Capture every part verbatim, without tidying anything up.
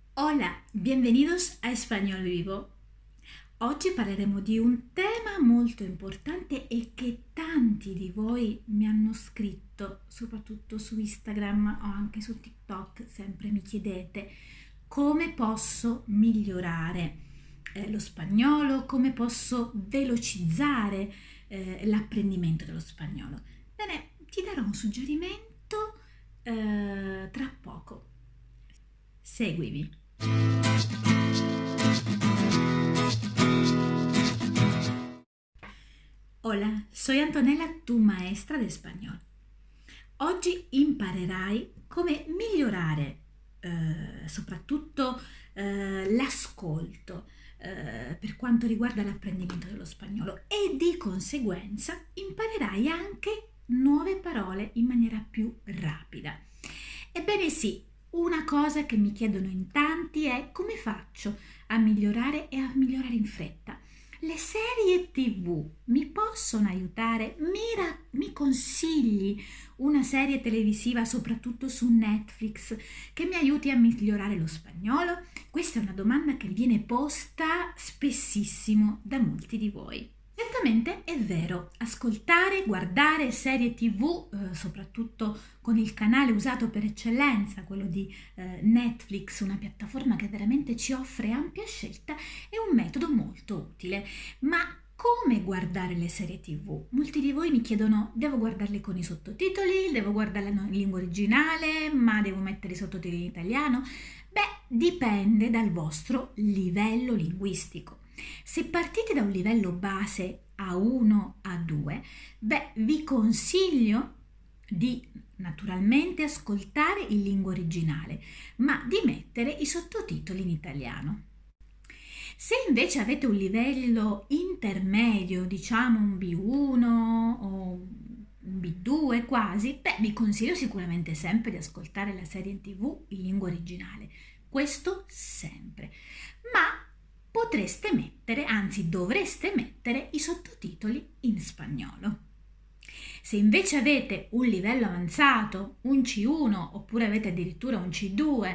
Hola, bienvenidos a Español Vivo. Oggi parleremo di un tema molto importante e che tanti di voi mi hanno scritto, soprattutto su Instagram o anche su TikTok, sempre mi chiedete come posso migliorare eh, lo spagnolo, come posso velocizzare eh, l'apprendimento dello spagnolo. Bene, ti darò un suggerimento eh, tra poco. Seguimi. Hola, soy Antonella, tu maestra de español. Oggi imparerai come migliorare eh, soprattutto eh, l'ascolto eh, per quanto riguarda l'apprendimento dello spagnolo e di conseguenza imparerai anche nuove parole in maniera più rapida. Ebbene sì, una cosa che mi chiedono in tanti è come faccio a migliorare e a migliorare in fretta. Le serie tivù mi possono aiutare? Mi, ra- mi consigli una serie televisiva, soprattutto su Netflix, che mi aiuti a migliorare lo spagnolo? Questa è una domanda che viene posta spessissimo da molti di voi. Certamente è vero, ascoltare, guardare serie tivù, eh, soprattutto con il canale usato per eccellenza, quello di eh, Netflix, una piattaforma che veramente ci offre ampia scelta, è un metodo molto utile. Ma come guardare le serie tivù? Molti di voi mi chiedono, devo guardarle con i sottotitoli, devo guardarle in lingua originale, ma devo mettere i sottotitoli in italiano? Beh, dipende dal vostro livello linguistico. Se partite da un livello base A uno, A due, beh, vi consiglio di naturalmente ascoltare in lingua originale, ma di mettere i sottotitoli in italiano. Se invece avete un livello intermedio, diciamo un B uno o un B due quasi, beh, vi consiglio sicuramente sempre di ascoltare la serie tivù in lingua originale. Questo sempre. Ma potreste mettere, anzi dovreste mettere i sottotitoli in spagnolo. Se invece avete un livello avanzato, un C uno oppure avete addirittura un C due,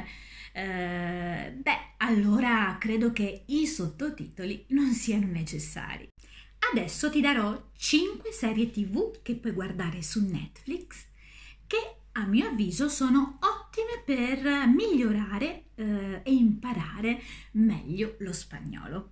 eh, beh, allora credo che i sottotitoli non siano necessari. Adesso ti darò cinque serie tivù che puoi guardare su Netflix che a mio avviso sono ottime per migliorare eh, e imparare meglio lo spagnolo.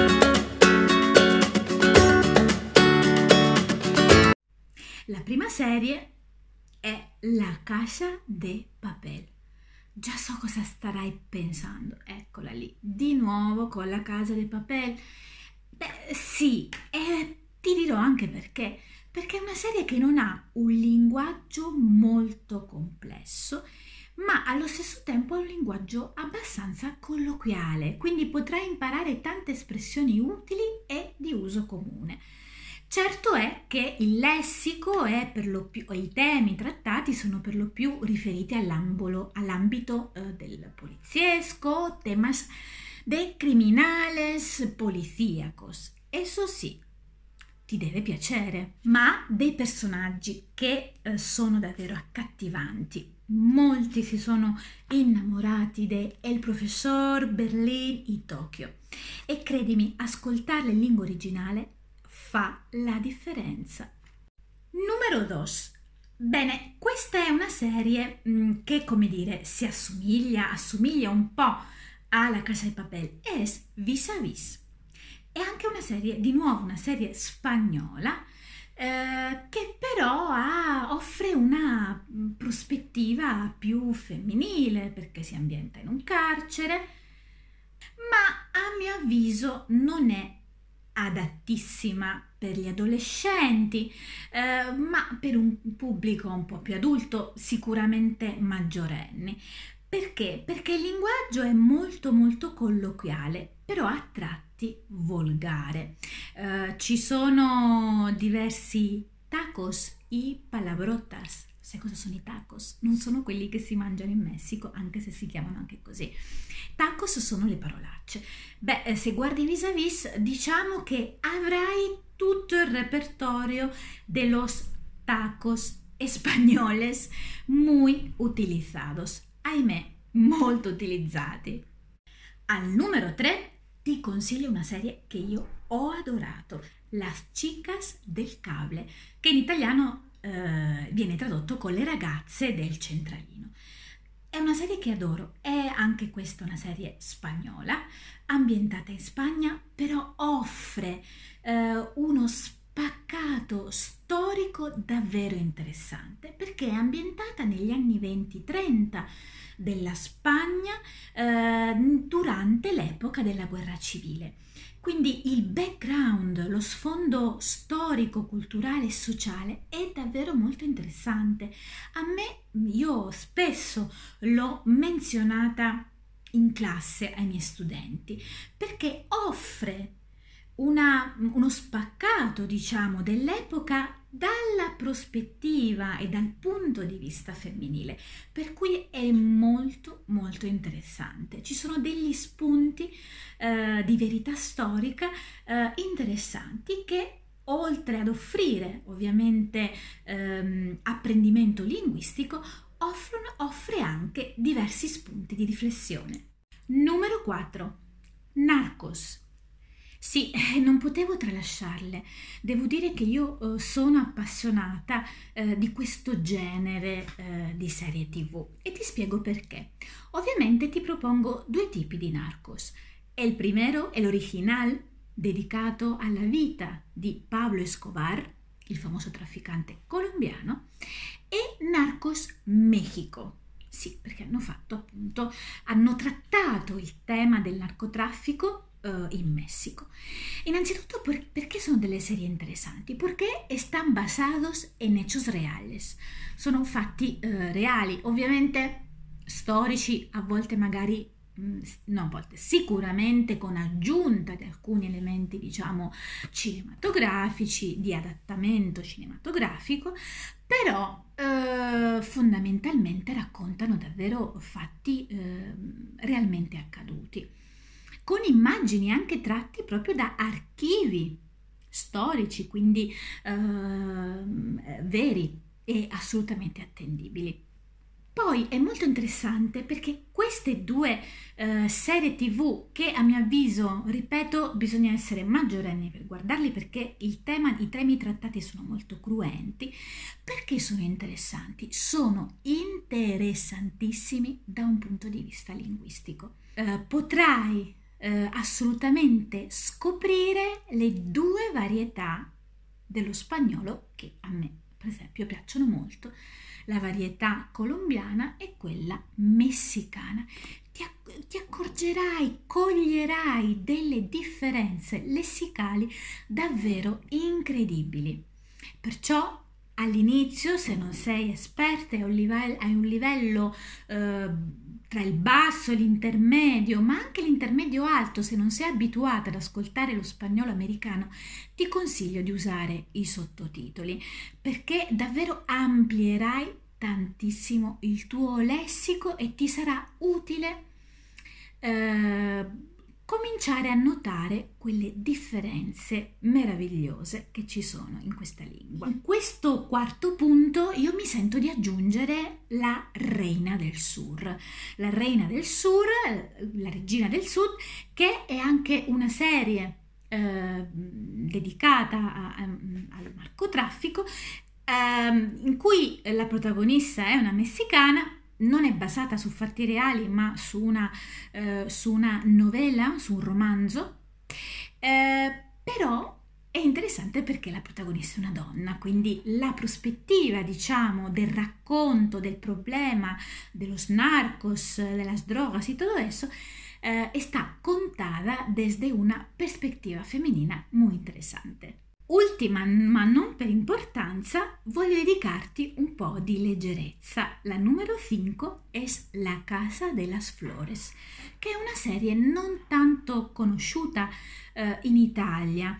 La prima serie è La Casa de Papel. Già so cosa starai pensando, eccola lì, di nuovo con La Casa de Papel. Beh, sì, e ti dirò anche perché. Perché è una serie che non ha un linguaggio molto complesso, ma allo stesso tempo ha un linguaggio abbastanza colloquiale, quindi potrai imparare tante espressioni utili e di uso comune. Certo è che il lessico è per lo più, e i temi trattati sono per lo più riferiti all'ambito, all'ambito eh, del poliziesco, temas de criminales policíacos. Eso sì, ti deve piacere, ma dei personaggi che eh, sono davvero accattivanti. Molti si sono innamorati di El Professor, Berlin e Tokyo. E credimi, ascoltarle in lingua originale fa la differenza. Numero due. Bene, questa è una serie mh, che, come dire, si assomiglia, assomiglia un po' alla Casa de Papel. Es Vis-a-Vis. È anche una serie, di nuovo una serie spagnola, eh, che però ha, offre una prospettiva più femminile perché si ambienta in un carcere, ma a mio avviso non è adattissima per gli adolescenti, eh, ma per un pubblico un po' più adulto, sicuramente maggiorenni. Perché? Perché il linguaggio è molto molto colloquiale, però a tratti volgare. Eh, ci sono diversi tacos e palabrotas. Sai cosa sono i tacos? Non sono quelli che si mangiano in Messico, anche se si chiamano anche così. Tacos sono le parolacce. Beh, se guardi Vis-a-Vis, diciamo che avrai tutto il repertorio de los tacos españoles muy utilizados. Ahimè, molto utilizzati. Al numero tre ti consiglio una serie che io ho adorato, Las chicas del cable, che in italiano eh, viene tradotto con le ragazze del centralino. È una serie che adoro, è anche questa una serie spagnola, ambientata in Spagna, però offre eh, uno spaccato storico davvero interessante, perché è ambientata negli anni venti trenta della Spagna eh, durante l'epoca della guerra civile. Quindi il background, lo sfondo storico, culturale e sociale è davvero molto interessante. A me, io spesso l'ho menzionata in classe ai miei studenti, perché offre una, uno spaccato, diciamo, dell'epoca dalla prospettiva e dal punto di vista femminile, per cui è molto molto interessante. Ci sono degli spunti eh, di verità storica eh, interessanti che, oltre ad offrire ovviamente ehm, apprendimento linguistico, offrono, offre anche diversi spunti di riflessione. Numero quattro. Narcos. Sì, non potevo tralasciarle. Devo dire che io eh, sono appassionata eh, di questo genere eh, di serie tivù e ti spiego perché. Ovviamente ti propongo due tipi di Narcos. E il primero è l'original, dedicato alla vita di Pablo Escobar, il famoso trafficante colombiano, e Narcos Mexico. Sì, perché hanno fatto appunto, hanno trattato il tema del narcotraffico in Messico. Innanzitutto per, perché sono delle serie interessanti, perché están basados en hechos reales, sono fatti eh, reali, ovviamente storici, a volte magari mh, no, a volte sicuramente con aggiunta di alcuni elementi, diciamo, cinematografici, di adattamento cinematografico, però eh, fondamentalmente raccontano davvero fatti eh, realmente accaduti, con immagini anche tratti proprio da archivi storici, quindi eh, veri e assolutamente attendibili. Poi è molto interessante perché queste due eh, serie tivù, che a mio avviso, ripeto, bisogna essere maggiorenni per guardarli, perché il tema, i temi trattati sono molto cruenti, perché sono interessanti? Sono interessantissimi da un punto di vista linguistico. Eh, potrai Eh, assolutamente scoprire le due varietà dello spagnolo che a me per esempio piacciono molto, la varietà colombiana e quella messicana. Ti, acc- ti accorgerai, coglierai delle differenze lessicali davvero incredibili. Perciò all'inizio, se non sei esperta e hai un livello eh, tra il basso e l'intermedio, ma anche l'intermedio alto, se non sei abituata ad ascoltare lo spagnolo americano, ti consiglio di usare i sottotitoli, perché davvero amplierai tantissimo il tuo lessico e ti sarà utile eh, cominciare a notare quelle differenze meravigliose che ci sono in questa lingua. In questo quarto punto io mi sento di aggiungere la Reina del Sur, la Reina del Sur, la Regina del Sud, che è anche una serie eh, dedicata a, a, al narcotraffico, eh, in cui la protagonista è una messicana. Non è basata su fatti reali, ma su una, eh, su una novella, su un romanzo, eh, però è interessante perché la protagonista è una donna, quindi la prospettiva, diciamo, del racconto del problema de los narcos, de las drogas y todo eso, eh, está contada desde una perspectiva femenina muy interesante. Ultima, ma non per importanza, voglio dedicarti un po' di leggerezza. La numero cinque è La Casa de las Flores, che è una serie non tanto conosciuta eh, in Italia,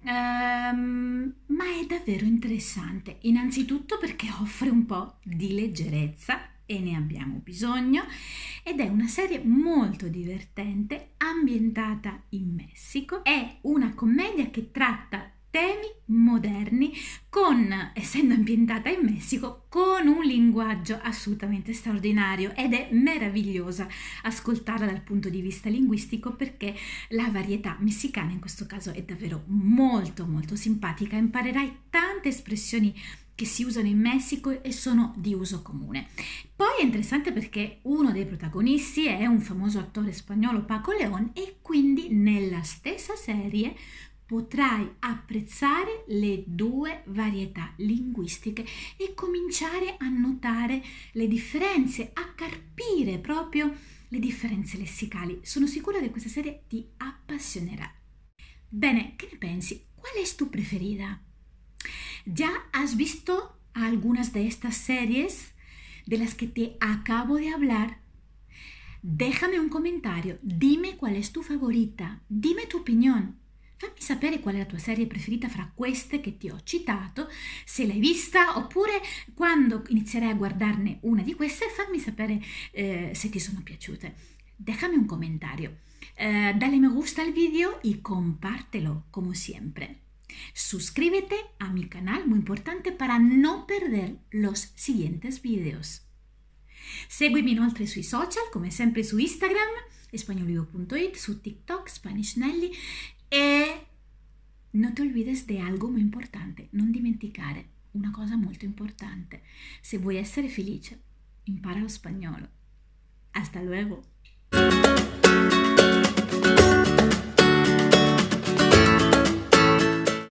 ehm, ma è davvero interessante. Innanzitutto perché offre un po' di leggerezza, e ne abbiamo bisogno, ed è una serie molto divertente, ambientata in Messico. È una commedia che tratta temi moderni, con, essendo ambientata in Messico, con un linguaggio assolutamente straordinario, ed è meravigliosa ascoltarla dal punto di vista linguistico, perché la varietà messicana in questo caso è davvero molto molto simpatica. Imparerai tante espressioni che si usano in Messico e sono di uso comune. Poi è interessante perché uno dei protagonisti è un famoso attore spagnolo, Paco León, e quindi nella stessa serie potrai apprezzare le due varietà linguistiche e cominciare a notare le differenze, a carpire proprio le differenze lessicali. Sono sicura che questa serie ti appassionerà. Bene, ¿qué ne pensi? ¿Cuál es tu preferida? ¿Ya has visto algunas de estas series de las que te acabo de hablar? Déjame un comentario, dime cuál es tu favorita, dime tu opinione. Fammi sapere qual è la tua serie preferita fra queste che ti ho citato, se l'hai vista, oppure quando inizierai a guardarne una di queste fammi sapere eh, se ti sono piaciute. Déjame un comentario, eh, dale me gusta al video y compártelo como siempre. Suscríbete a mi canal, muy importante para no perder los siguientes videos. Seguimi inoltre sui social, come sempre su Instagram, españolvivo punto it, su TikTok, Spanish Nelly, e no te olvides de algo muy importante, non dimenticare una cosa molto importante. Se vuoi essere felice, impara lo spagnolo. Hasta luego!